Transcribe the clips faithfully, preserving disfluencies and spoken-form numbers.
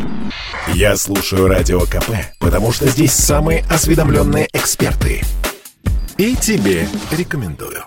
Я слушаю Радио КП, потому что здесь самые осведомленные эксперты. И тебе рекомендую.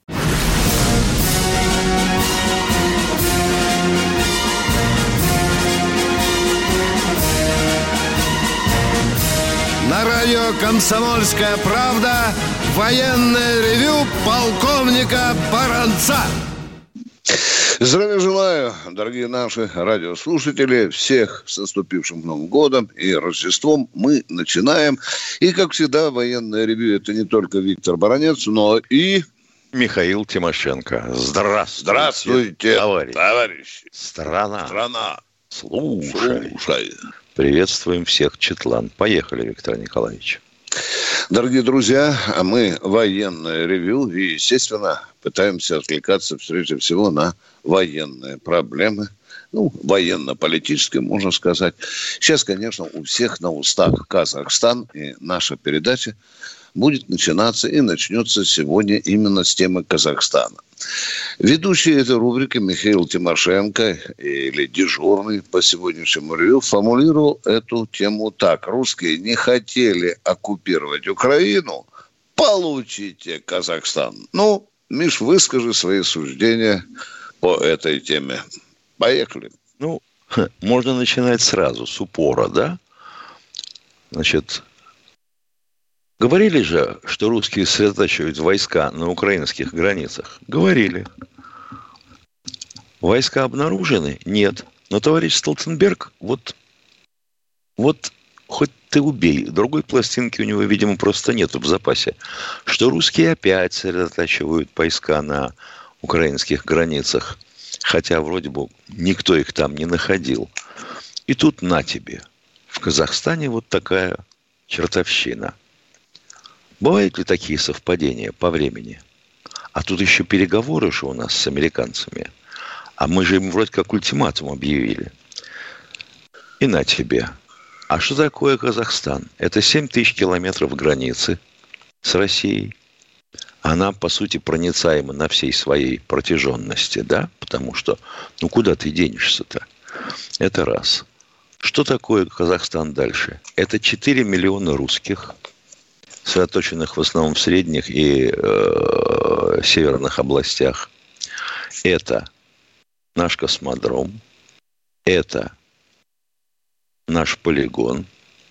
На радио «Комсомольская правда» военное ревю полковника Баранца. Здравия желаю, дорогие наши радиослушатели. Всех с наступившим Новым годом и Рождеством. Мы начинаем. И, как всегда, военное ревью — это не только Виктор Баранец, но и... Михаил Тимошенко. Здравствуйте, Здравствуйте, товарищ. товарищи. Страна. Страна. Слушай. Слушай. Приветствуем всех, Четлан. Поехали, Виктор Николаевич. Дорогие друзья, мы военное ревью и, естественно, пытаемся отвлекаться прежде всего на военные проблемы. Ну, военно-политические, можно сказать. Сейчас, конечно, у всех на устах Казахстан, и наша передача будет начинаться и начнется сегодня именно с темы Казахстана. Ведущий этой рубрики Михаил Тимошенко, или дежурный по сегодняшнему ревью, формулировал эту тему так. Русские не хотели оккупировать Украину, получите Казахстан. Ну, Миш, выскажи свои суждения по этой теме. Поехали. Ну, можно начинать сразу, с упора, да? Значит... Говорили же, что русские сосредотачивают войска на украинских границах? Говорили. Войска обнаружены? Нет. Но товарищ Столтенберг, вот, вот хоть ты убей, другой пластинки у него, видимо, просто нету в запасе, что русские опять сосредотачивают войска на украинских границах, хотя вроде бы никто их там не находил. И тут на тебе. В Казахстане вот такая чертовщина. Бывают ли такие совпадения по времени? А тут еще переговоры же у нас с американцами. А мы же им вроде как ультиматум объявили. И на тебе. А что такое Казахстан? Это семь тысяч километров границы с Россией. Она, по сути, проницаема на всей своей протяженности, да? Потому что, ну, куда ты денешься-то? Это раз. Что такое Казахстан дальше? Это четыре миллиона русских, сосредоточенных в основном в средних и э, северных областях. Это наш космодром, это наш полигон,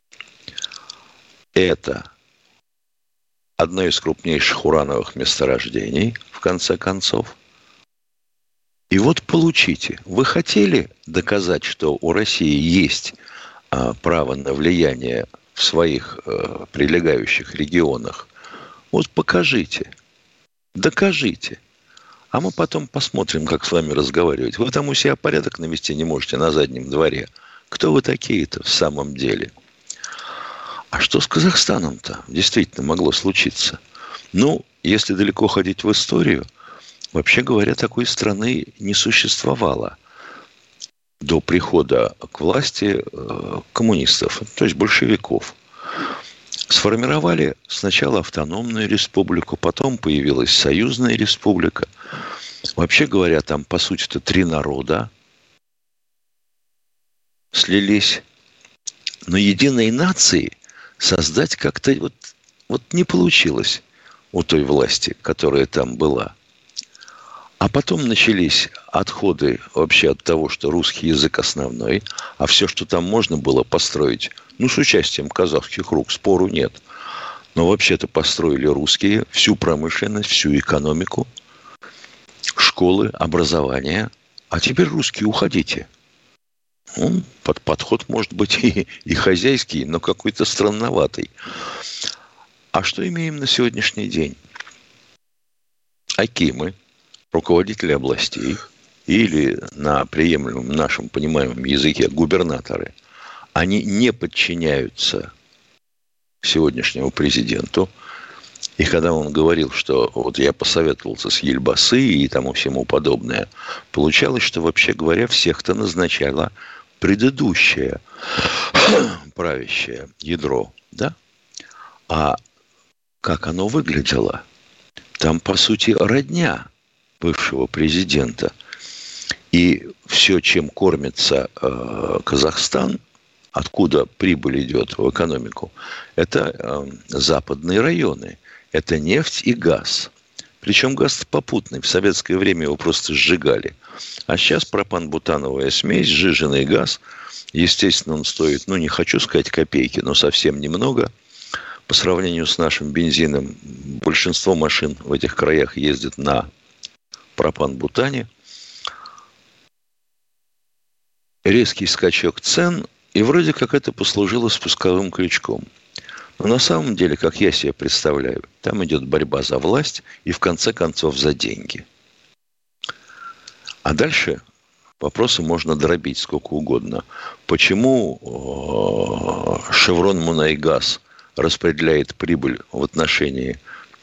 это одно из крупнейших урановых месторождений, в конце концов. И вот получите. Вы хотели доказать, что у России есть э, право на влияние в своих э, прилегающих регионах? Вот покажите, докажите. А мы потом посмотрим, как с вами разговаривать. Вы там у себя порядок навести не можете на заднем дворе. Кто вы такие-то в самом деле? А что с Казахстаном-то действительно могло случиться? Ну, если далеко ходить в историю, вообще говоря, такой страны не существовало до прихода к власти э, коммунистов, то есть большевиков. Сформировали сначала автономную республику, потом появилась союзная республика. Вообще говоря, там, по сути-то, три народа слились. Но единой нации создать как-то вот, вот не получилось у той власти, которая там была. А потом начались отходы вообще от того, что русский язык основной, а все, что там можно было построить, ну, с участием казахских рук, спору нет. Но вообще-то построили русские всю промышленность, всю экономику, школы, образование. А теперь русские, уходите. Ну, под подход может быть и, и хозяйский, но какой-то странноватый. А что имеем на сегодняшний день? Акимы, руководители областей или на приемлемом нашем понимаемом языке губернаторы, они не подчиняются сегодняшнему президенту. И когда он говорил, что вот я посоветовался с Ельбасы и тому всему подобное, получалось, что, вообще говоря, всех-то назначало предыдущее правящее ядро, да? А как оно выглядело? Там, по сути, родня бывшего президента. И все, чем кормится э, Казахстан, откуда прибыль идет в экономику, это э, западные районы. Это нефть и газ. Причем газ попутный. В советское время его просто сжигали. А сейчас пропан-бутановая смесь, сжиженный газ, естественно, он стоит, ну, не хочу сказать копейки, но совсем немного. По сравнению с нашим бензином, большинство машин в этих краях ездит на пропан-бутане. Резкий скачок цен, и вроде как это послужило спусковым крючком. Но на самом деле, как я себе представляю, там идет борьба за власть и, в конце концов, за деньги. А дальше вопросы можно дробить сколько угодно. Почему Chevron Monaygaz распределяет прибыль в отношении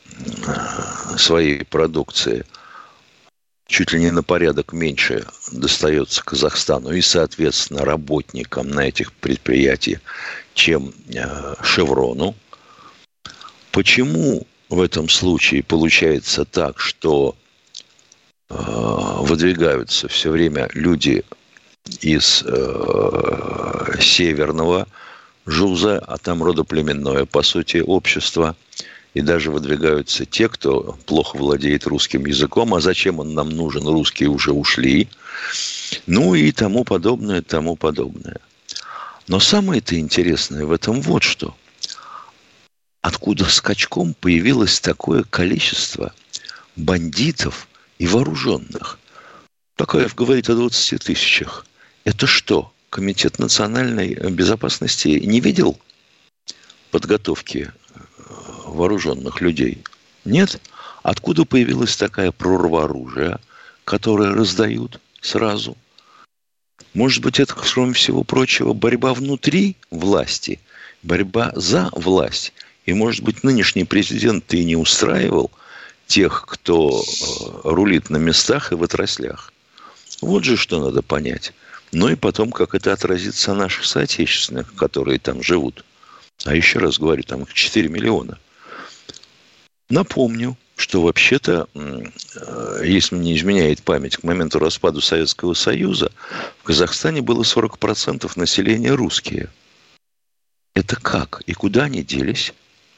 своей продукции чуть ли не на порядок меньше достается Казахстану и, соответственно, работникам на этих предприятиях, чем Шеврону. Почему в этом случае получается так, что э, выдвигаются все время люди из э, северного ЖУЗа, а там родоплеменное, по сути, общество, и даже выдвигаются те, кто плохо владеет русским языком, а зачем он нам нужен, русские уже ушли, ну и тому подобное, тому подобное. Но самое-то интересное в этом вот что. Откуда скачком появилось такое количество бандитов и вооруженных? Токаев говорит о двадцати тысячах. Это что, Комитет национальной безопасности не видел подготовки вооруженных людей? Нет? Откуда появилась такая прорва оружия, которое раздают сразу? Может быть, это, кроме всего прочего, борьба внутри власти, борьба за власть. И, может быть, нынешний президент и не устраивал тех, кто рулит на местах и в отраслях. Вот же что надо понять. Ну и потом, как это отразится на наших соотечественных, которые там живут. А еще раз говорю, там их четыре миллиона. Напомню, что вообще-то, если не изменяет память, к моменту распада Советского Союза в Казахстане было сорок процентов населения русские. Это как? И куда они делись?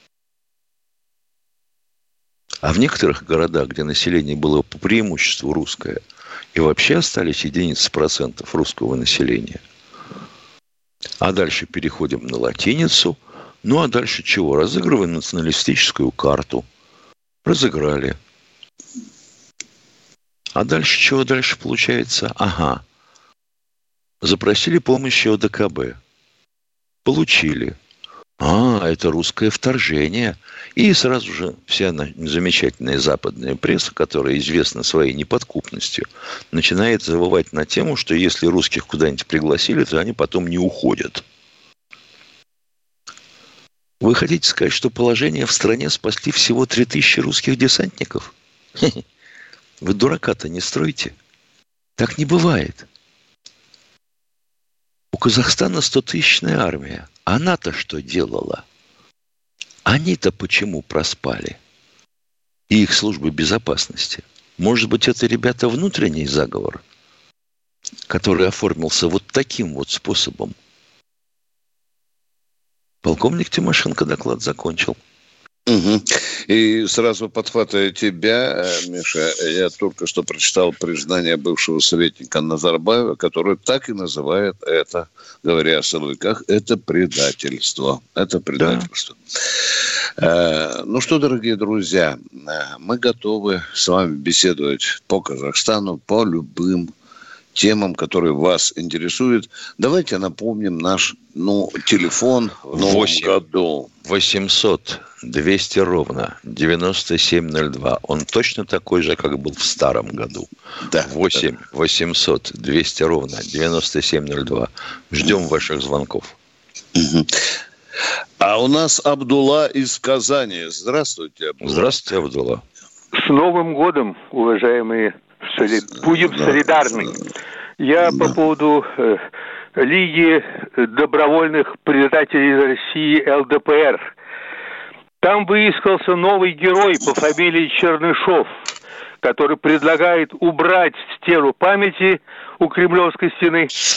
А в некоторых городах, где население было по преимуществу русское, и вообще остались единицы процентов русского населения. А дальше переходим на латиницу. Ну, а дальше чего? Разыгрываем националистическую карту. Разыграли. А дальше чего дальше получается? Ага. Запросили помощи о дэ ка бэ. Получили. А, это русское вторжение. И сразу же вся замечательная западная пресса, которая известна своей неподкупностью, начинает завывать на тему, что если русских куда-нибудь пригласили, то они потом не уходят. Вы хотите сказать, что положение в стране спасли всего три тысячи русских десантников? Хе-хе. Вы дурака-то не стройте. Так не бывает. У Казахстана стотысячная армия. Она-то что делала? Они-то почему проспали? И их службы безопасности. Может быть, это, ребята, внутренний заговор, который оформился вот таким вот способом? Полковник Тимошенко доклад закончил. Угу. И сразу подхватывая тебя, Миша, я только что прочитал признание бывшего советника Назарбаева, который так и называет это, говоря о силовиках, это предательство. Это предательство. Да. Ну что, дорогие друзья, мы готовы с вами беседовать по Казахстану, по любым темам, которые вас интересуют. Давайте напомним наш ну, телефон в новом восемь году. восемьсот двести ровно девяносто семь ноль два. Он точно такой же, как был в старом году. Да. восемь восемьсот двести ровно девяносто семь ноль два. Ждем ваших звонков. Угу. А у нас Абдулла из Казани. Здравствуйте, Абдулла. Здравствуйте, Абдулла. С Новым годом, уважаемые! Будем солидарны. Я да. по поводу э, Лиги добровольных предателей России эл дэ пэ эр. Там выискался новый герой по фамилии Чернышов, который предлагает убрать стену памяти у Кремлевской стены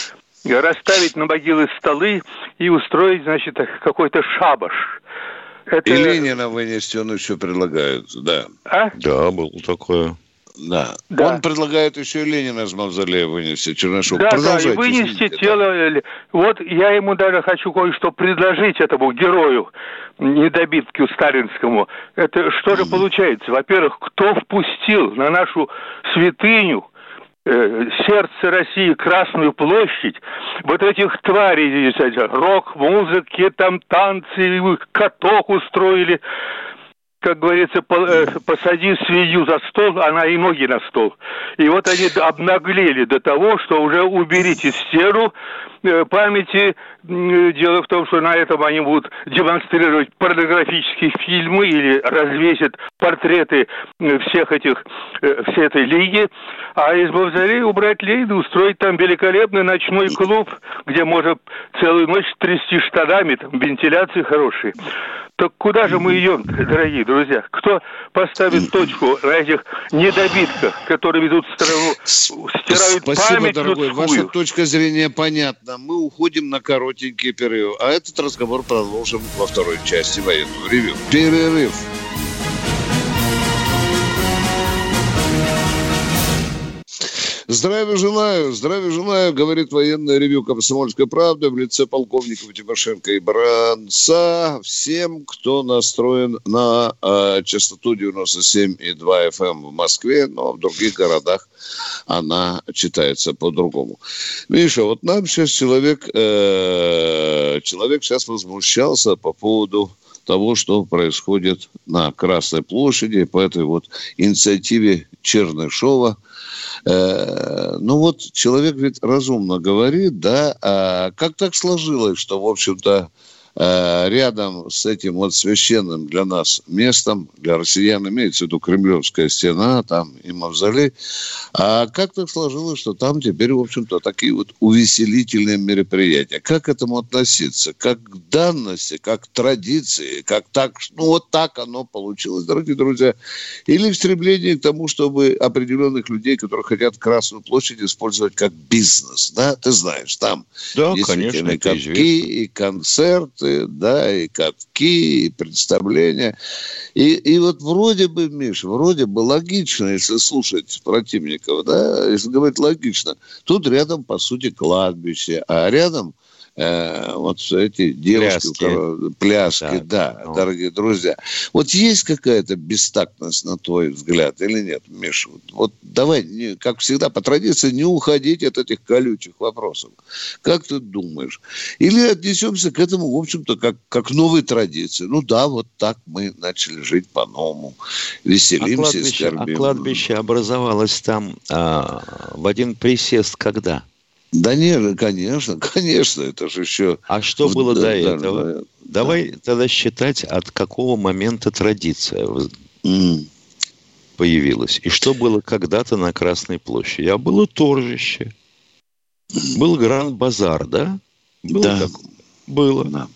расставить на могилы столы и устроить, значит, какой-то шабаш. Это... И Ленина вынести он еще предлагает, да. А? Да, было такое. Да. да. Он предлагает еще и Ленина из мавзолея вынести, Чернышов. Да, да, и вынести тело. Да. Вот я ему даже хочу кое-что предложить этому герою, недобитку сталинскому. Это что же mm-hmm. получается? Во-первых, кто впустил на нашу святыню, э, сердце России, Красную площадь, вот этих тварей, рок-музыки, там танцы, каток устроили. Как говорится, посади свинью за стол, она и ноги на стол. И вот они обнаглели до того, что уже уберите стену памяти. Дело в том, что на этом они будут демонстрировать порнографические фильмы или развесят портреты всех этих, всей этой лиги. А из мавзолея убрать Ленина, устроить там великолепный ночной клуб, где можно целую ночь трясти штанами, там вентиляции хорошие. Так куда же мы идем, дорогие друзья? Кто поставит точку на этих недобитках, которые ведут страну, стирают Спасибо, память дорогой. людскую? Ваша точка зрения понятна. Мы уходим на коротенький перерыв. А этот разговор продолжим во второй части военного ревью. Перерыв. Здравия желаю, здравия желаю, говорит военное ревью «Комсомольская правда» в лице полковников Тимошенко и Баранца. Всем, кто настроен на э, частоту девяносто семь и два эф эм в Москве, но в других городах она читается по-другому. Миша, вот нам сейчас человек, э, человек сейчас возмущался по поводу того, что происходит на Красной площади по этой вот инициативе Чернышова. Э, ну вот человек ведь разумно говорит, да, а как так сложилось, что, в общем-то, э, рядом с этим вот священным для нас местом, для россиян имеется в виду Кремлевская стена, там и мавзолей, а как так сложилось, что там теперь, в общем-то, такие вот увеселительные мероприятия? Как к этому относиться? Как к данности, как к традиции, как так, ну вот так оно получилось, дорогие друзья? Или в стремлении к тому, чтобы определенных людей, которые хотят Красную площадь использовать как бизнес, да? Ты знаешь, там да, действительно и катки, и концерты, да, и катки, и представления. И, и вот вроде бы, Миш, вроде бы логично, если слушать противников, да, если говорить логично, тут рядом, по сути, кладбище, а рядом э, вот эти девушки, пляски, пляски да, да ну. Дорогие друзья. Вот есть какая-то бестактность, на твой взгляд, или нет, Миша? Вот, вот давай, не, как всегда, по традиции, не уходить от этих колючих вопросов. Как ты думаешь? Или отнесемся к этому, в общем-то, как, как к новой традиции? Ну да, вот так мы начали жить по-новому. Веселимся а и скорбим. А кладбище образовалось там а, в один присест когда? Да нет, конечно, конечно, это же еще... А что было да, до этого? Да, Давай да. тогда считать, от какого момента традиция mm. появилась. И что было когда-то на Красной площади. А было торжище. Mm. Был Гранд-базар, да? Было да. Так? Было. Да.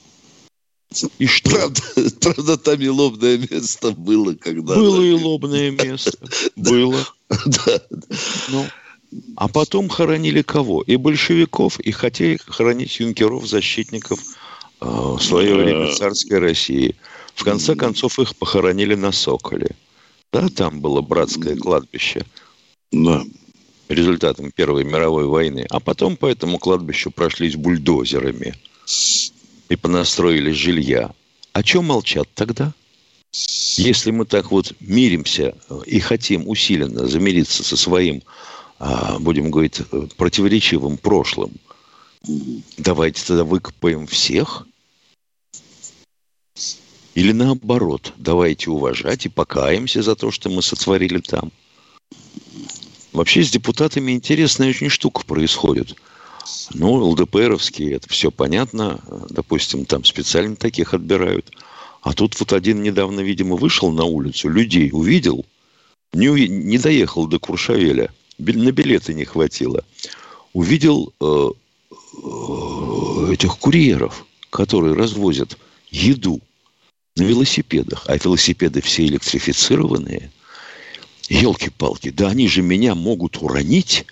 И что? Правда, правда, там и лобное место было когда-то. Было и лобное место. Было. Да. Ну... А потом хоронили кого? И большевиков, и хотели хоронить юнкеров, защитников э, в свое время царской России. В конце концов, их похоронили на Соколе. Да, там было братское кладбище. Да. Результатом Первой мировой войны. А потом по этому кладбищу прошлись бульдозерами. И понастроили жилья. О чем молчат тогда? Если мы так вот миримся и хотим усиленно замириться со своим, будем говорить, противоречивым прошлым, давайте тогда выкопаем всех. Или наоборот, давайте уважать и покаемся за то, что мы сотворили там. Вообще с депутатами интересная очень штука происходит. Ну, ЛДПРовские, это все понятно. Допустим, там специально таких отбирают. А тут вот один недавно, видимо, вышел на улицу, людей увидел, не, не доехал до Куршавеля, на билеты не хватило. Увидел э, э, этих курьеров, которые развозят еду на велосипедах. А велосипеды все электрифицированные. Елки-палки, да они же меня могут уронить.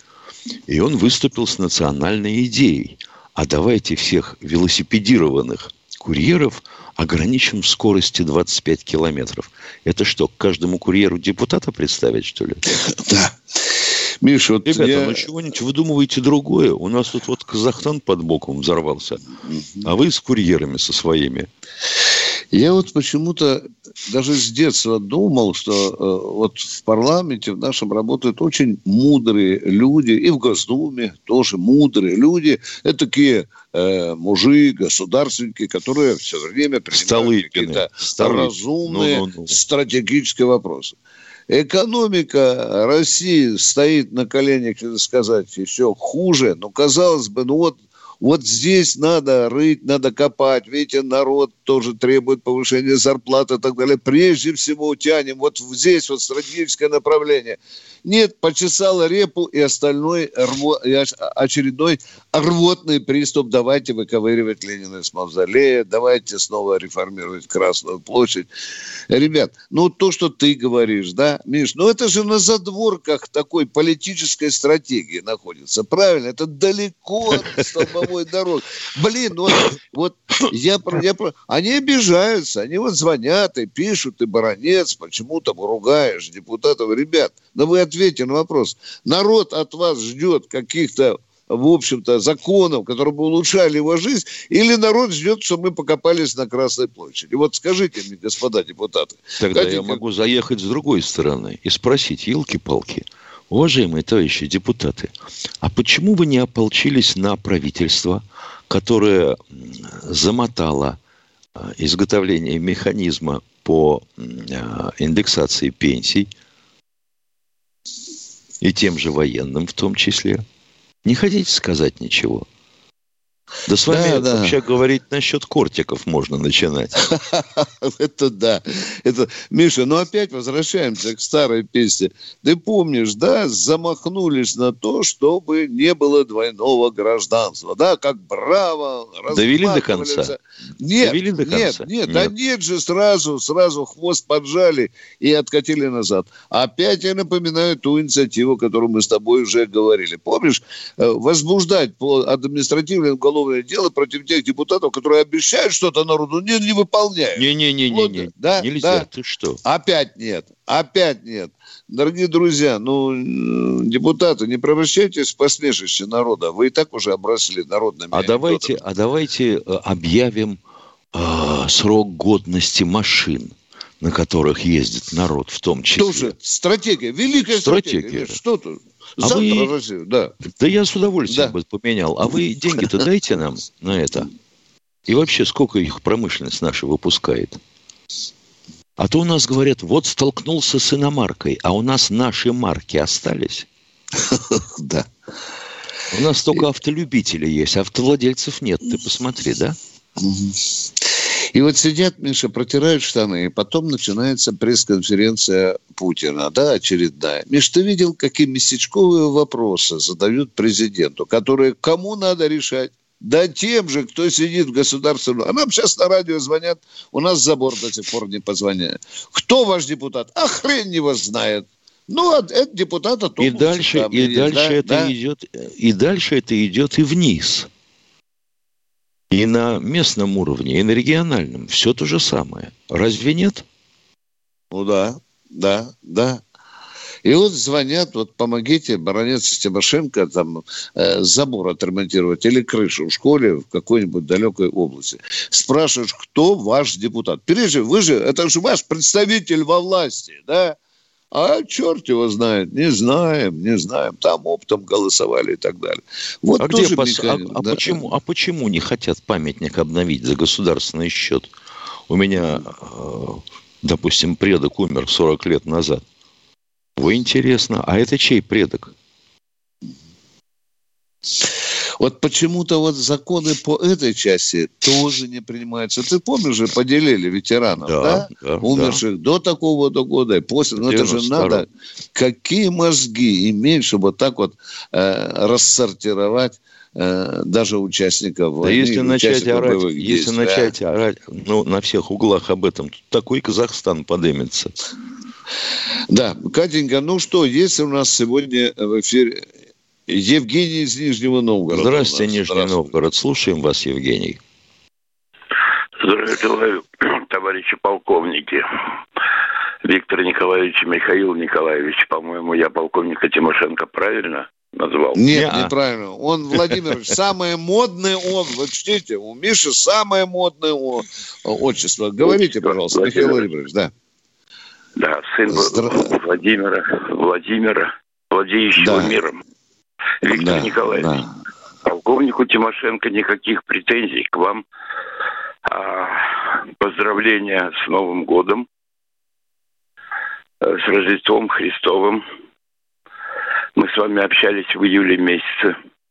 И он выступил с национальной идеей. А давайте всех велосипедированных курьеров ограничим в скорости двадцать пять километров. Это что, к каждому курьеру депутата представить, что ли? Да. Миша, вот Ребята, я... ну чего-нибудь выдумываете другое. У нас тут вот Казахстан под боком взорвался. А вы с курьерами со своими. Я вот почему-то даже с детства думал, что э, вот в парламенте в нашем работают очень мудрые люди, и в Госдуме тоже мудрые люди. Это такие э, мужи, государственники, которые все время принимают какие-то разумные ну, ну, ну. стратегические вопросы. Экономика России стоит на коленях, так сказать, еще хуже. Ну, казалось бы, ну вот Вот здесь надо рыть, надо копать. Видите, народ тоже требует повышения зарплаты и так далее. Прежде всего тянем вот здесь вот стратегическое направление. Нет, почесала репу и остальной рво... и очередной рвотный приступ. Давайте выковыривать Ленина из мавзолея, давайте снова реформировать Красную площадь. Ребят, ну то, что ты говоришь, да, Миш, ну это же на задворках такой политической стратегии находится. Правильно? Это далеко от столбовой дороги. Блин, вот, вот я, я, они обижаются, они вот звонят и пишут, и баронец, почему там ругаешь депутатов. Ребят, да вы ответьте на вопрос. Народ от вас ждет каких-то, в общем-то, законов, которые бы улучшали его жизнь, или народ ждет, чтобы мы покопались на Красной площади? Вот скажите мне, господа депутаты. Тогда Хотите... я могу заехать с другой стороны и спросить, елки-палки, уважаемые товарищи депутаты, а почему вы не ополчились на правительство, которое замотало изготовление механизма по индексации пенсий, и тем же военным в том числе? Не хотите сказать ничего? Да с вами, да, вообще да. говорить насчет кортиков можно начинать. Это да. Это, Миша, ну опять возвращаемся к старой песне. Ты помнишь, да, замахнулись на то, чтобы не было двойного гражданства. Да, как браво. Довели до конца? Нет, Довели до конца? нет, нет, да нет же, сразу, сразу хвост поджали и откатили назад. Опять я напоминаю ту инициативу, которую мы с тобой уже говорили. Помнишь, возбуждать по административному уголовному дело против тех депутатов, которые обещают что-то народу, не, не выполняют. Не-не-не, вот, не, да, нельзя, да. Ты что? Опять нет, опять нет. Дорогие друзья, ну, депутаты, не превращайтесь в посмешище народа. Вы и так уже обросли народными а давайте, а давайте объявим э, срок годности машин, на которых ездит народ в том числе. Тоже стратегия, великая стратегия. стратегия. Что тут? А Завтра вы... Россию, да. Да я с удовольствием да. бы поменял. А вы деньги-то дайте нам на это. И вообще, сколько их промышленность наша выпускает? А то у нас говорят, вот столкнулся с иномаркой, а у нас наши марки остались. Да. У нас только автолюбители есть, автовладельцев нет. Ты посмотри, да? И вот сидят, Миша, протирают штаны, и потом начинается пресс-конференция Путина, да, очередная. Миш, ты видел, какие местечковые вопросы задают президенту, которые кому надо решать? Да тем же, кто сидит в государственном... А нам сейчас на радио звонят, у нас забор до сих пор не позвоняет. Кто ваш депутат? А хрен его знает. Ну, а это депутата тоже. И дальше, и есть, дальше да? это да? идет, и дальше это идет и вниз. И на местном уровне, и на региональном. Все то же самое. Разве нет? Ну да, да, да. И вот звонят, вот помогите, баронец Тимошенко, там э, забор отремонтировать или крышу в школе в какой-нибудь далекой области. Спрашиваешь, кто ваш депутат? Прежде, вы же, это же ваш представитель во власти, да? А черт его знает, не знаем, не знаем. Там оптом голосовали и так далее. Вот а, тоже где пос... механизм, а, да? а, почему, а почему не хотят памятник обновить за государственный счет? У меня, допустим, предок умер сорок лет назад. Вы интересно, а это чей предок? Вот почему-то вот законы по этой части тоже не принимаются. Ты помнишь же, поделили ветеранов, да? да? да Умерших да. до такого-то года и после. Но это же надо... Какие мозги иметь, чтобы вот так вот э, рассортировать э, даже участников да войны. Если начать орать, если действий, начать да? орать ну, на всех углах об этом, такой Казахстан подымется. Да, Катенька, ну что, есть у нас сегодня в эфире... Евгений из Нижнего Новгорода. Здравствуйте, Нижний Здравствуйте. Новгород. Слушаем вас, Евгений. Здравия желаю, товарищи полковники. Виктор Николаевич, Михаил Николаевич, по-моему, я полковника Тимошенко правильно назвал? Нет, Не-а. неправильно. Он, Владимирович, самое модное он. Вы чтите, у Миши самое модное отчество. Говорите, пожалуйста, Михаил Владимирович, да. Да, сын Здра... Владимира, Владимира, владеющего да. миром. Виктор да, Николаевич, да. полковнику Тимошенко никаких претензий к вам. А, поздравления с Новым годом, с Рождеством Христовым. Мы с вами общались в июле месяце.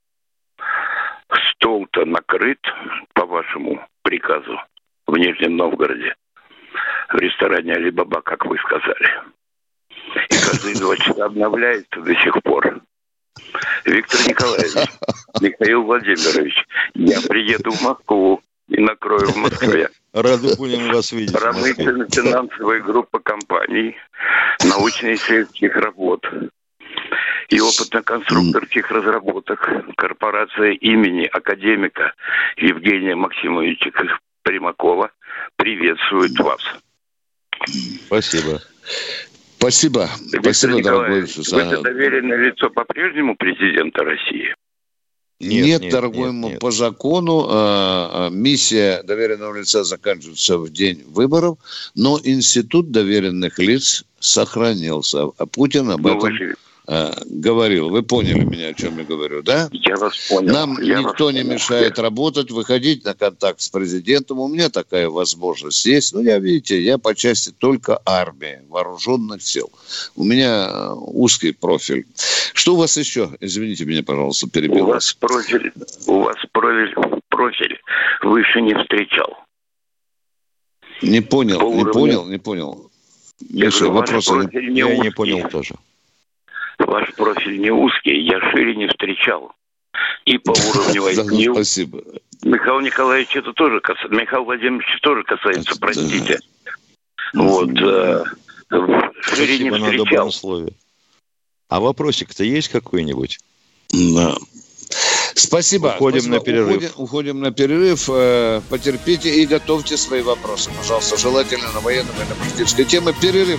Стол-то накрыт, по вашему приказу, в Нижнем Новгороде, в ресторане Али-Баба, как вы сказали. И каждые два часа обновляется до сих пор. Виктор Николаевич, Михаил Владимирович, я приеду в Москву и накрою в Москве. Рады будем вас видеть. Промышленно-финансовая группа компаний, научно-исследовательских работ и опытно-конструкторских разработок корпорация имени академика Евгения Максимовича Примакова приветствует вас. Спасибо. Спасибо. Виктор Спасибо, дорогой. Вы это доверенное лицо по-прежнему президента России? Нет, нет, нет дорогой мой, нет. По закону э, миссия доверенного лица заканчивается в день выборов, но институт доверенных лиц сохранился. А Путин об ну, этом вы... э, говорил. Вы поняли меня, о чем я говорю, да? Я вас понял. Нам я никто вас не понял. мешает работать, выходить на контакт с президентом. У меня такая возможность есть. Ну, я, видите, я по части только армии, вооруженных сил. У меня узкий профиль. Что у вас еще? Извините меня, пожалуйста, перебил. У вас профиль, у вас профиль, профиль выше не встречал. Не понял, По не уровню... понял, не понял. Миша, вопрос... Не я не понял тоже. Ваш профиль не узкий, я шире не встречал. И по уровню войны. Спасибо. Михаил Николаевич это тоже касается. Михаил Владимирович тоже касается, простите. Вот. Шире не встречал. А вопросик-то есть какой-нибудь? Да. Спасибо. Уходим Спасибо. на перерыв. Уходим, уходим на перерыв. Потерпите и готовьте свои вопросы. Пожалуйста, желательно на военной и на политической теме. Перерыв.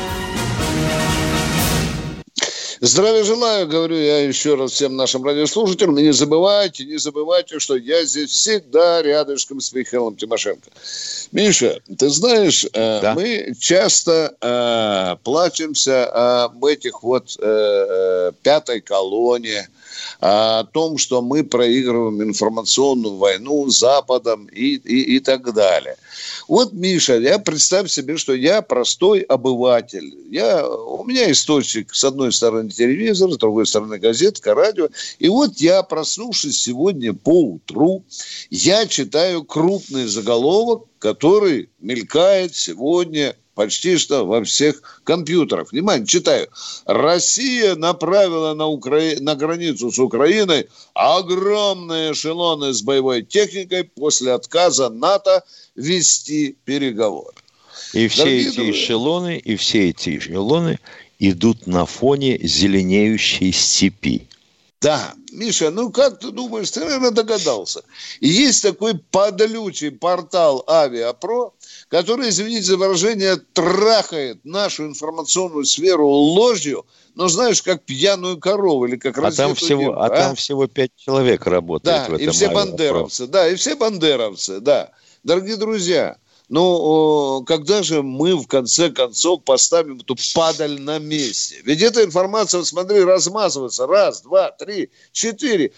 Здравия желаю, говорю я еще раз всем нашим радиослушателям. И не забывайте, не забывайте, что я здесь всегда рядышком с Михаилом Тимошенко. Миша, ты знаешь, да. мы часто э, плачемся об этих вот э, пятой колонне, о том, что мы проигрываем информационную войну с Западом и, и, и так далее. Вот, Миша, я представь себе, что я простой обыватель. Я, у меня источник, с одной стороны телевизор, с другой стороны газетка, радио. И вот я, проснувшись сегодня поутру, я читаю крупный заголовок, который мелькает сегодня почти что во всех компьютерах. Внимание, читаю. Россия направила на, Укра... на границу с Украиной огромные эшелоны с боевой техникой после отказа НАТО вести переговоры. И все Дорогие эти друзья, эшелоны, и все эти эшелоны идут на фоне зеленеющей степи. Да, Миша, ну как ты думаешь, ты, наверное, догадался. Есть такой подлючий портал Авиапро, который, извините за выражение, трахает нашу информационную сферу ложью, но знаешь, как пьяную корову или как а там всего, девку, а, а там всего пять человек работает да, в этом и все Авиапро. бандеровцы, да, и все бандеровцы, да. Дорогие друзья, ну, когда же мы, в конце концов, поставим эту падаль на месте? Ведь эта информация, смотри, размазывается. Раз, два, три, четыре.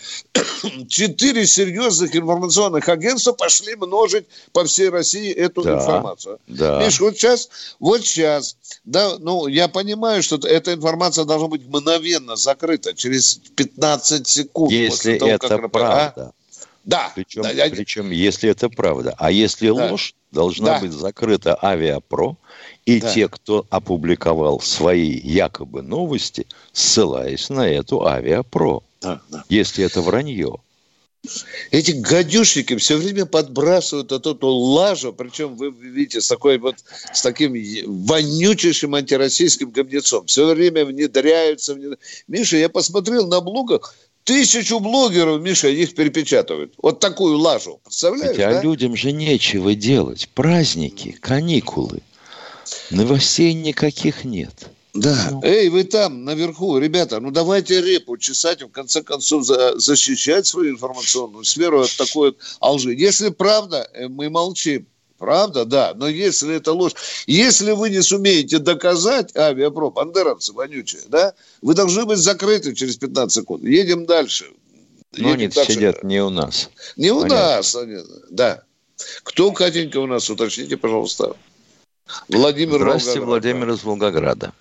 Четыре серьезных информационных агентства пошли множить по всей России эту да, информацию. Да. Миш, вот сейчас, вот сейчас, да, ну, я понимаю, что эта информация должна быть мгновенно закрыта, через пятнадцать секунд. Если того, это как... правда. А? Да. Причем, да, причем, если это правда. А если да. ложь, должна да. быть закрыта Авиапро, и да. те, кто опубликовал свои якобы новости, ссылаясь на эту Авиапро. Да, да. Если это вранье. Эти гадюшники все время подбрасывают от эту лажу, причем вы видите, с, такой вот, с таким вонючейшим антироссийским говнецом. Все время внедряются. внедряются. Миша, я посмотрел на блогах, тысячу блогеров, Миша, их перепечатывают. Вот такую лажу. Представляешь, Ведь, да? А людям же нечего делать. Праздники, каникулы. Новостей никаких нет. Да. Ну. Эй, вы там, наверху, ребята, ну давайте репу чесать, в конце концов, за, защищать свою информационную сферу от такой вот лжи. Если правда, мы молчим. Правда, да. Но если это ложь, если вы не сумеете доказать, авиапром, бандеровцы вонючие, да, вы должны быть закрыты через пятнадцать секунд. Едем дальше. Но они дальше. Сидят не у нас. Не у Понятно. нас, они, да. Кто, Катенька, у нас? Уточните, пожалуйста. Владимир Здравствуйте, Волгоград. Владимир из Волгограда.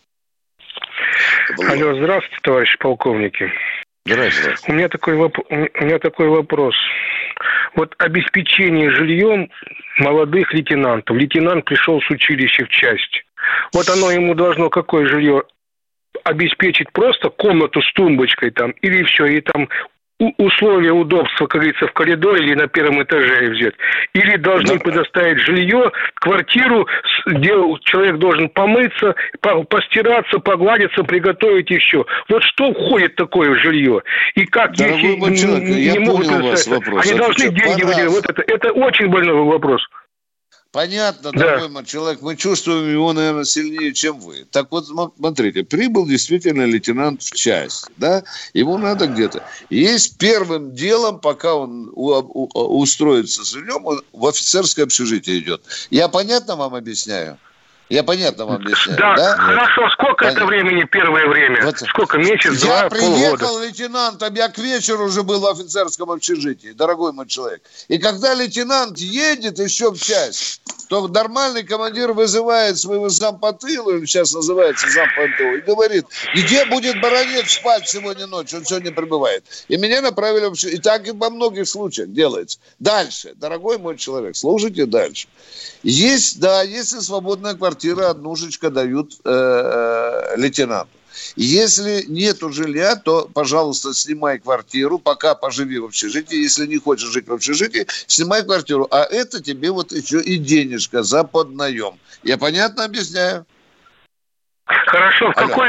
Алло, здравствуйте, товарищи полковники. Здравствуйте. У меня такой, воп- у меня такой вопрос. Вот обеспечение жильем молодых лейтенантов. Лейтенант пришел с училища в часть. Вот оно ему должно какое жилье обеспечить? Просто комнату с тумбочкой там? Или все, и там условия удобства, как говорится, в коридоре или на первом этаже взять. Или должны да. предоставить жилье, квартиру, где человек должен помыться, постираться, погладиться, приготовить еще. Вот что входит в такое жилье? И как, Дорогой если человек, не, я не могут понял вас вопрос. Они должны деньги выделять. Вот это, это очень больной вопрос. Понятно, да. дорогой мой человек, мы чувствуем его, наверное, сильнее, чем вы. Так вот, смотрите, прибыл действительно лейтенант в часть, да, ему надо где-то. Есть первым делом, пока он у, у, устроится с жильем, он в офицерское общежитие идет. Я понятно вам объясняю? Я понятно вам объясняю, да? Да, хорошо. Сколько понятно. Это времени, первое время? Вот. Сколько? Месяц, я два, полгода? Я приехал лейтенантом, я к вечеру уже был в офицерском общежитии, дорогой мой человек. И когда лейтенант едет еще в часть, то нормальный командир вызывает своего зампотыла, он сейчас называется зампотыла, и говорит, где будет баронец спать сегодня ночью, он сегодня прибывает. И меня направили в общежитие. И так и во многих случаях делается. Дальше, дорогой мой человек, слушайте дальше. Есть, да, если свободная квартира, однушечка дают э, лейтенанту. Если нету жилья, то, пожалуйста, снимай квартиру, пока поживи в общежитии. Если не хочешь жить в общежитии, снимай квартиру. А это тебе вот еще и денежка за поднаем. Я понятно объясняю? Хорошо, в какой...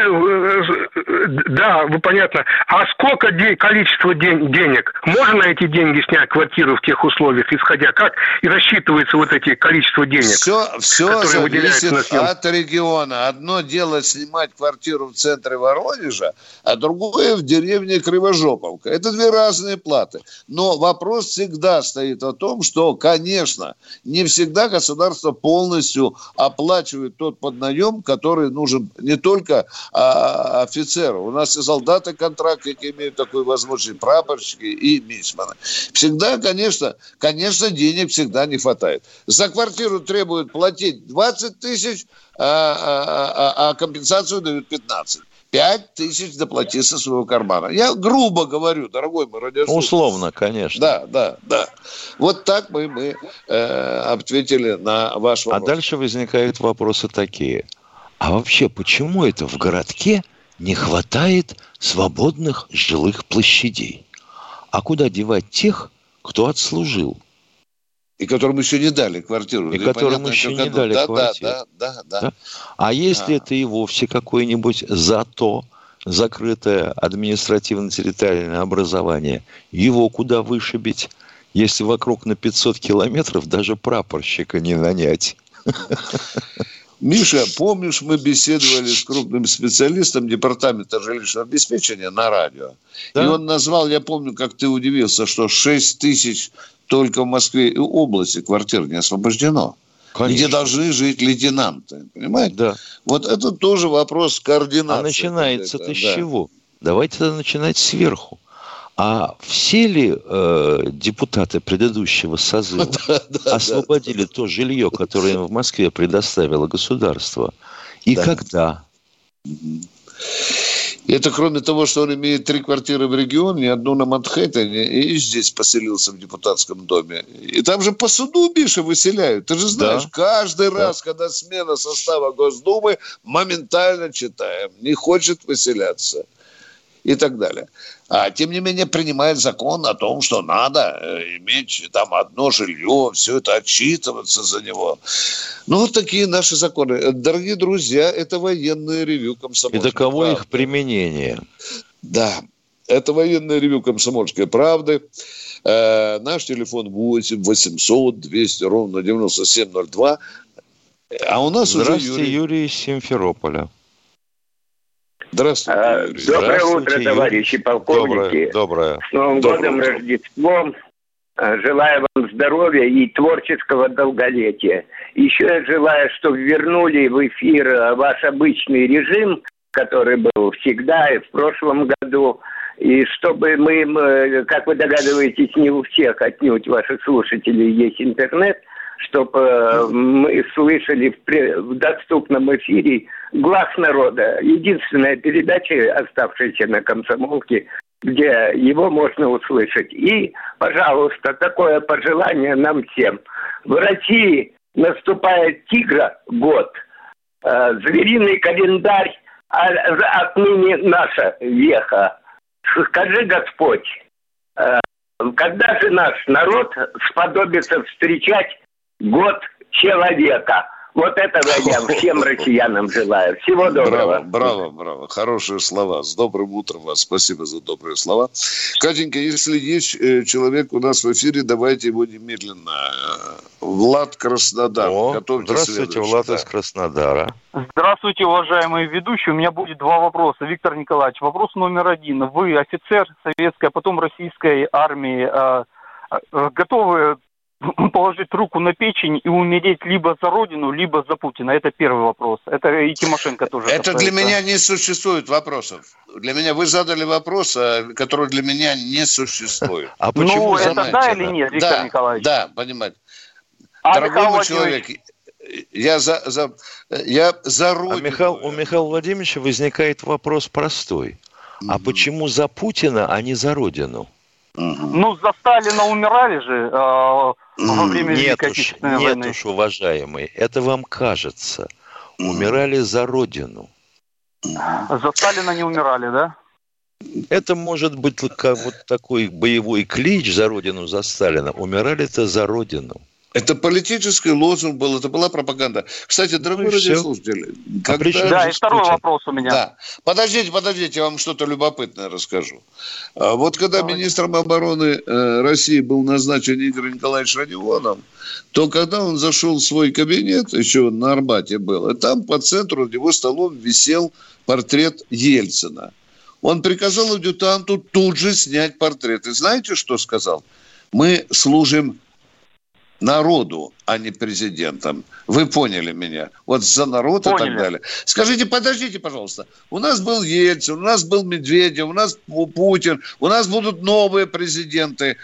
Да, вы понятно. А сколько де... количество ден... денег? Можно на эти деньги снять квартиру в тех условиях, исходя? Как и рассчитывается вот эти количество денег? Все, все зависит от региона. Одно дело снимать квартиру в центре Воронежа, а другое в деревне Кривожоповка. Это две разные платы. Но вопрос всегда стоит о том, что, конечно, не всегда государство полностью оплачивает тот поднаем, который нужен не только а, офицеру. У нас и солдаты-контрактники имеют такую возможность, прапорщики и мичманы. Всегда, конечно, конечно, денег всегда не хватает. За квартиру требуют платить двадцать тысяч, а, а, а, а компенсацию дают пятнадцать. Пять тысяч доплати со своего кармана. Я грубо говорю, дорогой мой радиослушатель. Условно, конечно. Да, да, да. Вот так мы, мы э, ответили на ваш вопрос. А дальше возникают вопросы такие. А вообще, почему это в городке не хватает свободных жилых площадей? А куда девать тех, кто отслужил? И которым еще не дали квартиру. И которым еще не дали да, квартиру. Да, да, да, да. да? А если а. это и вовсе какое-нибудь зато закрытое административно-территориальное образование, его куда вышибить, если вокруг на пятьсот километров даже прапорщика не нанять? Миша, помнишь, мы беседовали с крупным специалистом департамента жилищного обеспечения на радио? Да. И он назвал, я помню, как ты удивился, что шесть тысяч только в Москве и области квартир не освобождено. Конечно. Где должны жить лейтенанты. Понимаете? Да. Вот это тоже вопрос координации. А начинается-то с да. чего? Давайте тогда начинать сверху. А все ли э, депутаты предыдущего созыва да, да, освободили да, то жилье, которое им в Москве предоставило государство? И да. когда? Это кроме того, что он имеет три квартиры в регионе, одну на Манхэттене, и здесь поселился в депутатском доме. И там же по суду, Миша, выселяют. Ты же знаешь, да. каждый да. раз, когда смена состава Госдумы, моментально читаем. Не хочет выселяться. и так далее. А тем не менее принимает закон о том, что надо иметь там одно жилье, все это отчитываться за него. Ну, вот такие наши законы. Дорогие друзья, это военное ревью «Комсомольской правды». И таково их применение. Да, это военное ревью «Комсомольской правды». Э, наш телефон восемь восемьсот двести ровно девяносто семь ноль два. А у нас Здравствуйте, уже Юрий. Юрий из Симферополя. Здравствуйте, а, Юрий. Доброе Здравствуйте, утро, Юрий. товарищи полковники. Доброе. доброе. С Новым Доброе годом, утро. Рождеством. Желаю вам здоровья и творческого долголетия. Еще я желаю, чтобы вернули в эфир ваш обычный режим, который был всегда и в прошлом году. И чтобы мы, как вы догадываетесь, не у всех отнюдь ваших слушателей есть интернет, чтобы мы слышали в, в доступном эфире «Глаз народа». Единственная передача, оставшаяся на «Комсомолке», где его можно услышать. И, пожалуйста, такое пожелание нам всем. В России наступает тигра год. Э, звериный календарь, а отныне наша веха. Скажи, Господь, э, когда же наш народ сподобится встречать год человека? Вот этого я всем россиянам желаю. Всего доброго. Браво, браво, браво. Хорошие слова. С добрым утром вас. Спасибо за добрые слова. Катенька, если есть человек у нас в эфире, давайте его немедленно. Влад, Краснодар. О, Готовьте здравствуйте, Влад из Краснодара. Здравствуйте, уважаемые ведущие. У меня будет два вопроса. Виктор Николаевич, вопрос номер один. Вы офицер советской, а потом российской армии. Готовы положить руку на печень и умереть либо за Родину, либо за Путина? Это первый вопрос. Это и Тимошенко тоже. Это касается. для меня не существует вопросов. Для меня вы задали вопрос, который для меня не существует. А почему? Ну, это да или нет, Виктор да, Николаевич? Да, понимаете. А Дорогой Михаил мой человек, я за, за, я за Родину. А Михаил, у Михаила Владимировича возникает вопрос простой. Mm-hmm. А почему за Путина, а не за Родину? Mm-hmm. Ну, за Сталина умирали же э, mm-hmm. во время нет Великой уж, Отечественной нет войны. уж, уважаемый, это вам кажется. Mm-hmm. Умирали за Родину. Mm-hmm. За Сталина не умирали, да? Это может быть как вот такой боевой клич за Родину, за Сталина. Умирали-то за Родину. Это политический лозунг был, это была пропаганда. Кстати, дорогой ну, радиослушатель, когда... Да, и второй Путин? Вопрос у меня. Да. Подождите, подождите, я вам что-то любопытное расскажу. Вот когда Давай. министром обороны России был назначен Игорь Николаевич Родионов, то когда он зашел в свой кабинет, еще на Арбате был, и там по центру его столом висел портрет Ельцина. Он приказал адъютанту тут же снять портрет. И знаете, что сказал? Мы служим народу, а не президентом. Вы поняли меня. Вот за народ Поняли. И так далее. Скажите, подождите, пожалуйста. У нас был Ельцин, у нас был Медведев, у нас Путин, у нас будут новые президенты.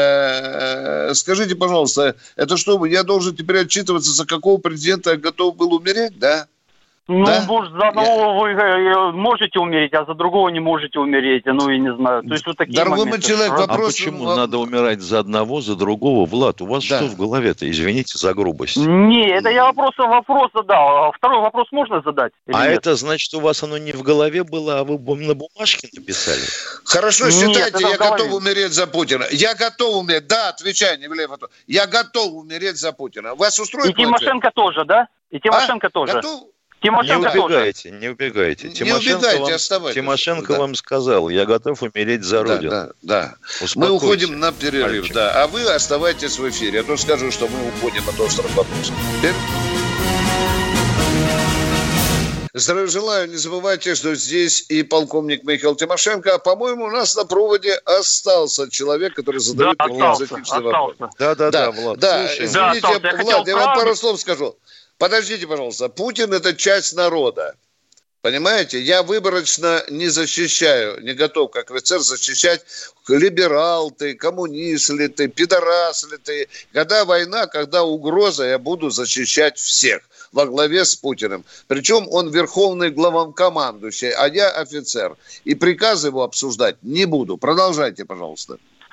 Скажите, пожалуйста, это что, я должен теперь отчитываться, за какого президента я готов был умереть, да? Ну, да? может, за одного я... вы можете умереть, а за другого не можете умереть. Ну, я не знаю. То есть вот такие Дорогой моменты. человек, вопрос... А почему вам... надо умирать за одного, за другого? Влад, у вас да. что в голове-то? Извините за грубость. Не, это я вопрос, вопрос задал. Второй вопрос можно задать? А нет? это значит, у вас оно не в голове было, а вы на бумажке написали? Хорошо, считайте, нет, я готов умереть за Путина. Я готов умереть. Да, отвечай, не влево. Я готов умереть за Путина. Вас устроит? И Тимошенко тоже, да? И Тимошенко а? тоже. Готов? Тимошенко не убегайте, тоже. не убегайте. Не Тимошенко убегайте, вам, оставайтесь. Тимошенко да. вам сказал, я готов умереть за Родину. Да, да, да. Мы уходим на перерыв, Мальчик. да. А вы оставайтесь в эфире. А то скажу, что мы уходим от острых вопросов. Здравия желаю. Не забывайте, что здесь и полковник Михаил Тимошенко. А, по-моему, у нас на проводе остался человек, который задает да, философический вопрос. Да, да, да, Влад. Да, извините, да, я, Влад, я вам пару слов скажу. Подождите, пожалуйста. Путин – это часть народа. Понимаете? Я выборочно не защищаю, не готов как офицер защищать либерал ты, коммунист ли ты, пидорас ли ты. Когда война, когда угроза, я буду защищать всех во главе с Путиным. Причем он верховный главнокомандующий, а я офицер. И приказы его обсуждать не буду. Продолжайте, пожалуйста.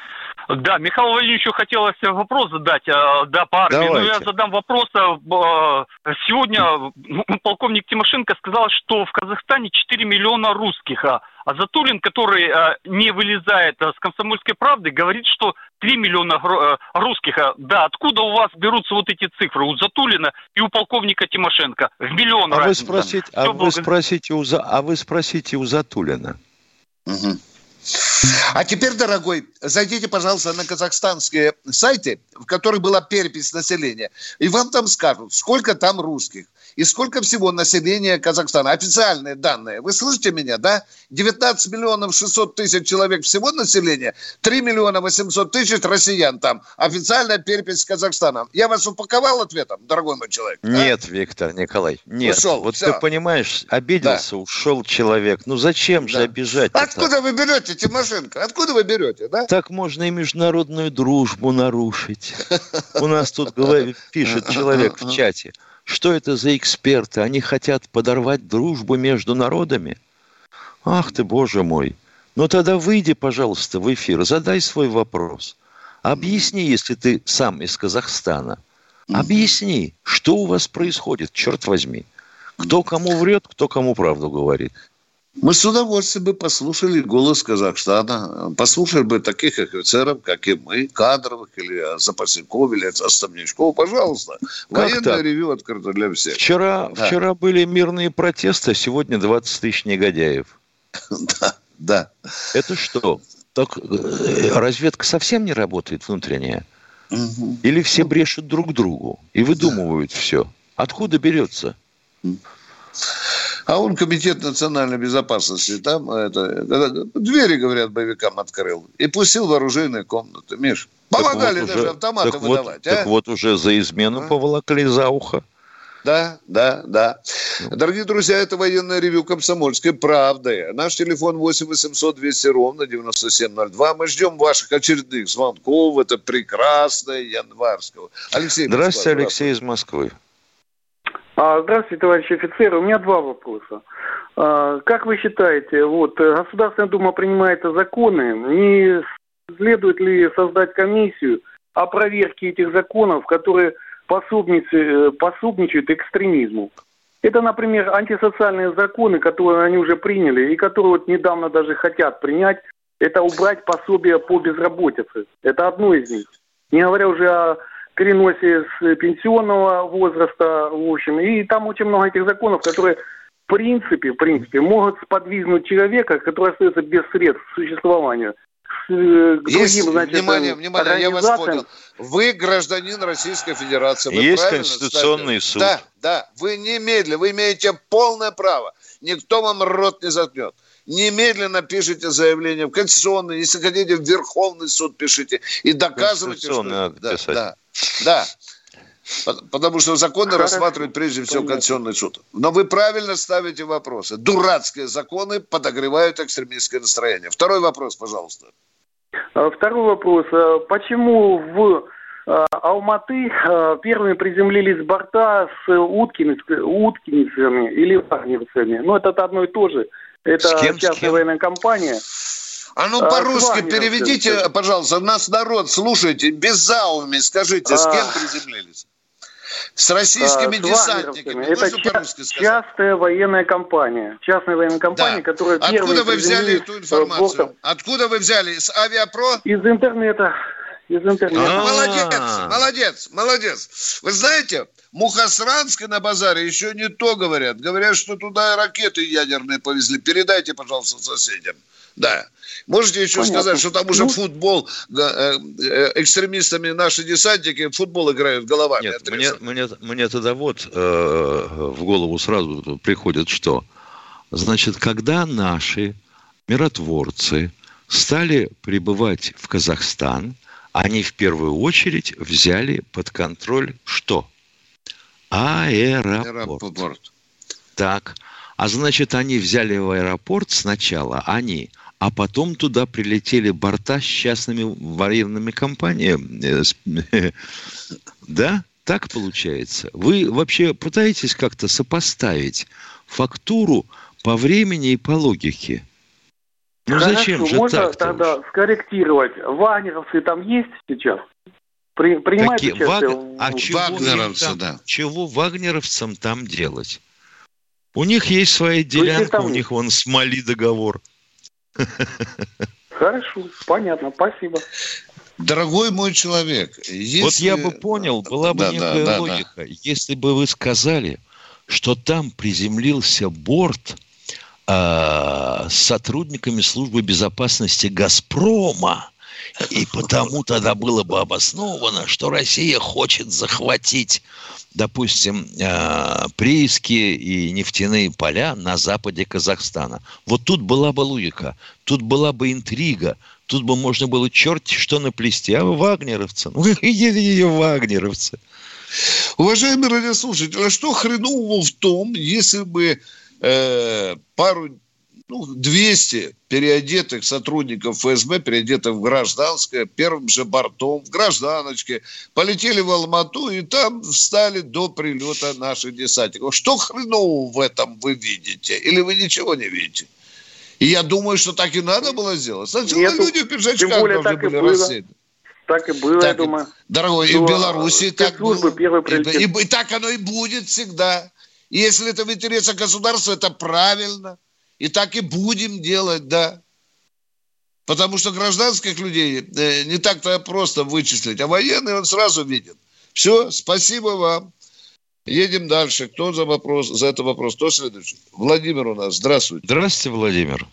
Да, Михаилу Владимировичу хотелось вопрос задать, да, по армии. Давайте. Но я задам вопрос. Сегодня полковник Тимошенко сказал, что в Казахстане четыре миллиона русских. А Затулин, который не вылезает с «Комсомольской правды», говорит, что три миллиона русских. Да, откуда у вас берутся вот эти цифры? У Затулина и у полковника Тимошенко. В миллион а разница. Вы спросите, а, вы спросите у, а вы спросите у Затулина. Угу. А теперь, дорогой, зайдите, пожалуйста, на казахстанские сайты, в которых была перепись населения, и вам там скажут, сколько там русских и сколько всего населения Казахстана. Официальные данные. Вы слышите меня, да? девятнадцать миллионов шестьсот тысяч человек всего населения, три миллиона восемьсот тысяч россиян там. Официальная перепись с Казахстаном. Я вас упаковал ответом, дорогой мой человек? Нет, а? Виктор Николаевич, нет. Ушел, вот все. ты понимаешь, обиделся, да. Ушел человек. Ну зачем да. же обижать? Откуда вы берете, Тимошенко? Откуда вы берете, да? Так можно и международную дружбу нарушить. У нас тут пишет человек в чате. Что это за эксперты? Они хотят подорвать дружбу между народами? Ах ты, боже мой. Ну тогда выйди, пожалуйста, в эфир, задай свой вопрос. Объясни, если ты сам из Казахстана. Объясни, что у вас происходит, черт возьми. Кто кому врет, кто кому правду говорит. Мы с удовольствием бы послушали голос Казахстана, послушали бы таких офицеров, как и мы, кадровых, или запасников, или отставничков. Пожалуйста, военное ревью открыто для всех. Вчера, да. вчера были мирные протесты, а сегодня двадцать тысяч негодяев. Да, да. Это что? Так разведка совсем не работает внутренняя? Угу. Или все брешут друг другу и выдумывают да. все? Откуда берется? А он комитет национальной безопасности там это, двери, говорят, боевикам открыл и пустил в оружейные комнаты. Миш, помогали вот даже уже, автоматы так выдавать. Вот, а? Так вот уже за измену а? поволокли за ухо. Да, да, да. Ну. Дорогие друзья, это военное ревью «Комсомольской правды». Наш телефон восемь восемьсот двести ровно девяносто семь ноль два. Мы ждем ваших очередных звонков. Это прекрасное Январского. Алексей Здравствуйте, Алексей из Москвы. Здравствуйте, товарищи офицеры. У меня два вопроса. Как вы считаете, вот Государственная Дума принимает законы, не следует ли создать комиссию о проверке этих законов, которые пособничают экстремизму? Это, например, антисоциальные законы, которые они уже приняли и которые вот недавно даже хотят принять, это убрать пособие по безработице. Это одно из них. Не говоря уже о переносе с пенсионного возраста, в общем, и там очень много этих законов, которые в принципе, в принципе, могут сподвигнуть человека, который остается без средств к существованию. С, к Есть, другим, значит, внимание, внимание, я вас понял. Вы гражданин Российской Федерации. Вы Есть Конституционный суд. Да, да, вы немедленно, вы имеете полное право. Никто вам рот не заткнет. Немедленно пишите заявление в Конституционный, если хотите, в Верховный суд пишите и доказывайте, что... Надо да, писать. Да, да. Потому что законы Хорошо. рассматривает прежде всего Конституционный суд. Но вы правильно ставите вопросы. Дурацкие законы подогревают экстремистское настроение. Второй вопрос, пожалуйста. Второй вопрос. Почему в Алматы первыми приземлились борта с уткиницами или вагнерцами? Ну, это одно и то же. Это кем, частная военная компания. А ну по-русски переведите, пожалуйста, нас народ, слушайте, без заумий, скажите, с кем приземлились? С российскими а, десантниками. Это ча- частная военная компания. Частная военная компания, да. которая первая... Откуда вы взяли эту информацию? Бортом. Откуда вы взяли? С Авиапро? Из интернета. Из интернета. А-а-а. Молодец, молодец, молодец. Вы знаете, Мухосранск на базаре еще не то говорят. Говорят, что туда ракеты ядерные повезли. Передайте, пожалуйста, соседям. Да. Можете еще Понятно. сказать, что там уже ну... футбол, да, э, экстремистами наши десантники в футбол играют головами. Нет, мне, мне, мне тогда вот э, в голову сразу приходит что? Значит, когда наши миротворцы стали прибывать в Казахстан, они в первую очередь взяли под контроль что? Аэропорт. Аэропорт. Так. А значит, они взяли в аэропорт сначала, они, а потом туда прилетели борта с частными военными компаниями. Да? Так получается. Вы вообще пытаетесь как-то сопоставить фактуру по времени и по логике? Ну Хорошо, зачем же можно так-то тогда уж? скорректировать. Вагнеровцы там есть сейчас? При, принимают Какие? участие? Ваг... в- А чего, им Вагнеровцы, там- да. чего вагнеровцам там делать? У них есть своя есть делянка, там- у них вон с Мали договор. Хорошо, понятно, спасибо. Дорогой мой человек, если... Вот я бы понял, была бы Да, некая да, да, логика, если бы вы сказали, что там приземлился борт а, с сотрудниками службы безопасности «Газпрома», и потому тогда было бы обосновано, что Россия хочет захватить, допустим, а, прииски и нефтяные поля на западе Казахстана. Вот тут была бы логика, тут была бы интрига, тут бы можно было черти что наплести. А вы вагнеровцы? Ну, какие вагнеровцы? Уважаемые радиослушатели, а что хренового в том, если бы э, пару, ну, двести переодетых сотрудников эф эс бэ, переодетых в гражданское, первым же бортом, в гражданочке, полетели в Алмату и там встали до прилета наших десантников? Что хренового в этом вы видите? Или вы ничего не видите? И я думаю, что так и надо было сделать. Сначала Нет, люди в пиджачках тем более должны так и были было. рассеяны. Так и было, Так я и- думаю. Дорогой, и Ну, в Беларуси так было. спецслужбы первые И, прилетели. и- и так оно и будет всегда. И если это в интересах государства, это правильно. И так и будем делать, да. Потому что гражданских людей э, не так-то просто вычислить. А военный он сразу видит. Все, спасибо вам. Едем дальше. Кто за вопрос, за это вопрос? Кто следующий? Владимир у нас. Здравствуйте. Здравствуйте, Владимир.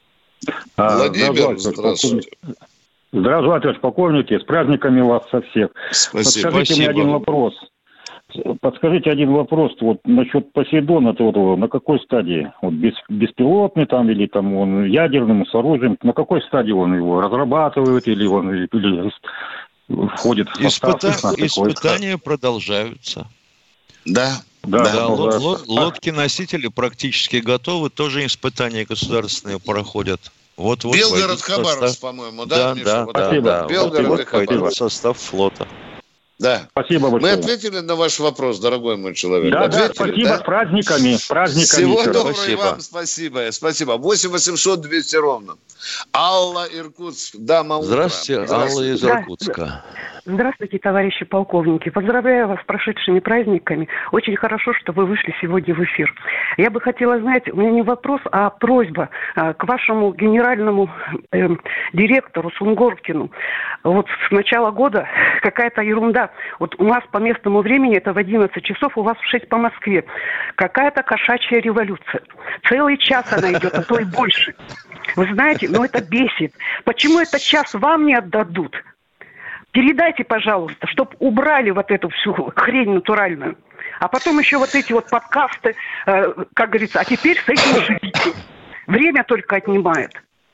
Владимир, здравствуйте. Здравствуйте, товарищ полковники. С праздниками вас со всех. Спасибо. Подскажите мне один вопрос. Подскажите один вопрос вот насчет Посейдона. Это вот на какой стадии? Вот без, беспилотный там или там он ядерным, с оружием? На какой стадии он его разрабатывает или он или входит в состав? Испыта- Испытания продолжаются. Да. Да, Да, да, лод- да. лод- лодки-носители практически готовы, тоже испытания государственные проходят. Вот, вот Белгород, войдут в Хабаровск, состав- по-моему, да, Да, Миша? да, Вот да, так. Спасибо. да. Белгород Вот и войдут Хабаровск. в состав флота. Да. Спасибо Мы большое. ответили на ваш вопрос, дорогой мой человек. Да, да, Ответили, спасибо, да? с праздниками, с праздниками. Всего еще раз. доброго Спасибо. вам, спасибо. Спасибо. восемь восемьсот двести ровно. Алла, Иркутск. Дама утра. Здравствуйте, Алла из Да. Иркутска. Здравствуйте, товарищи полковники. Поздравляю вас с прошедшими праздниками. Очень хорошо, что вы вышли сегодня в эфир. Я бы хотела знать, у меня не вопрос, а просьба а, к вашему генеральному э, директору Сунгоркину. Вот с начала года какая-то ерунда. Вот у нас по местному времени это в одиннадцать часов, у вас в шесть по Москве. Какая-то кошачья революция. Целый час она идет, а то и больше. Вы знаете, ну это бесит. Почему этот час вам не отдадут? Передайте, пожалуйста, чтобы убрали вот эту всю хрень натуральную. А потом еще вот эти вот подкасты, э, как говорится, а теперь с этим живите. Время только отнимает.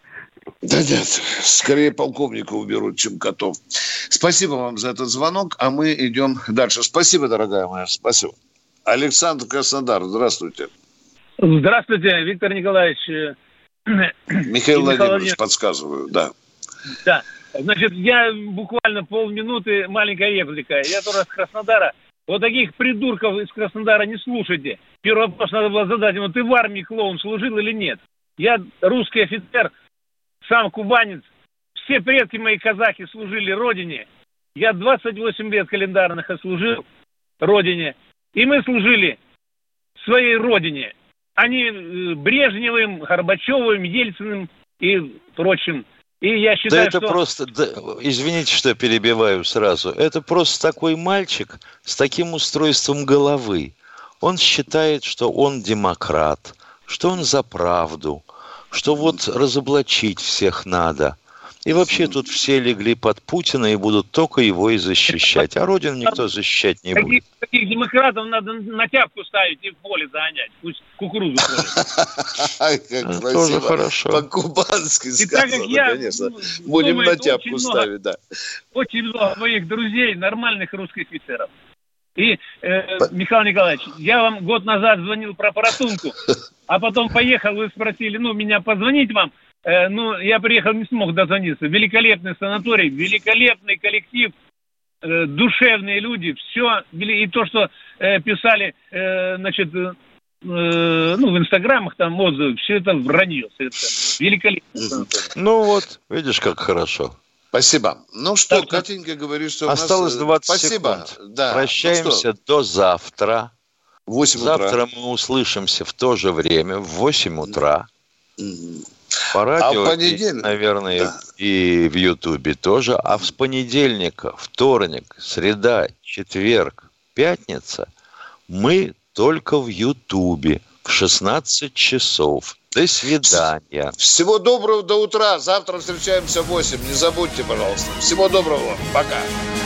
Да нет, скорее полковника уберут, чем котов. Спасибо вам за этот звонок, а мы идем дальше. Спасибо, дорогая моя, спасибо. Александр, Краснодар, здравствуйте. Здравствуйте, Виктор Николаевич. Михаил И Владимирович, Владимирович. подсказываю, да. Да, значит, я буквально полминуты, маленькая реплика. Я тоже с Краснодара. Вот таких придурков из Краснодара не слушайте. Первый вопрос надо было задать ему: ты в армии, клоун, служил или нет? Я русский офицер, сам кубанец. Все предки мои казахи служили родине. Я двадцать восемь лет календарных отслужил родине. И мы служили своей родине. Они э, Брежневым, Горбачевым, Ельциным и прочим. И я считаю, Да это что... просто, да, извините, что я перебиваю сразу, это просто такой мальчик с таким устройством головы. Он считает, что он демократ, что он за правду, что вот разоблачить всех надо. И вообще тут все легли под Путина и будут только его и защищать. А Родину никто защищать не будет. Таких, таких демократов надо на тяпку ставить и в поле загонять. Пусть кукурузу поле. Как Тоже хорошо. По-кубански И так как сказано, я, конечно. ну, Будем думаю, на тяпку очень много- ставить, да. Очень много моих друзей, нормальных русских офицеров. И, э, Михаил Николаевич, я вам год назад звонил про Паратунку, а потом поехал, вы спросили, ну, меня позвонить вам. Э, ну, я приехал, не смог дозвониться. Великолепный санаторий, великолепный коллектив, э, душевные люди, все. И то, что э, писали, э, значит, э, ну, в инстаграмах там отзывы, все это вранье совершенно. Великолепно. Ну вот, видишь, как хорошо. Спасибо. Ну что, так, Катенька говорит, что осталось у нас... двадцать Спасибо. секунд. Да. Прощаемся ну до завтра. В восемь утра. Завтра мы услышимся в то же время, в восемь утра. Mm-hmm. По радио, а в понедельник... и, наверное, да. и в Ютубе тоже. А с понедельника, вторник, среда, четверг, пятница мы только в Ютубе в шестнадцать часов. До свидания. Всего доброго, до утра. Завтра встречаемся в восемь. Не забудьте, пожалуйста. Всего доброго. Пока.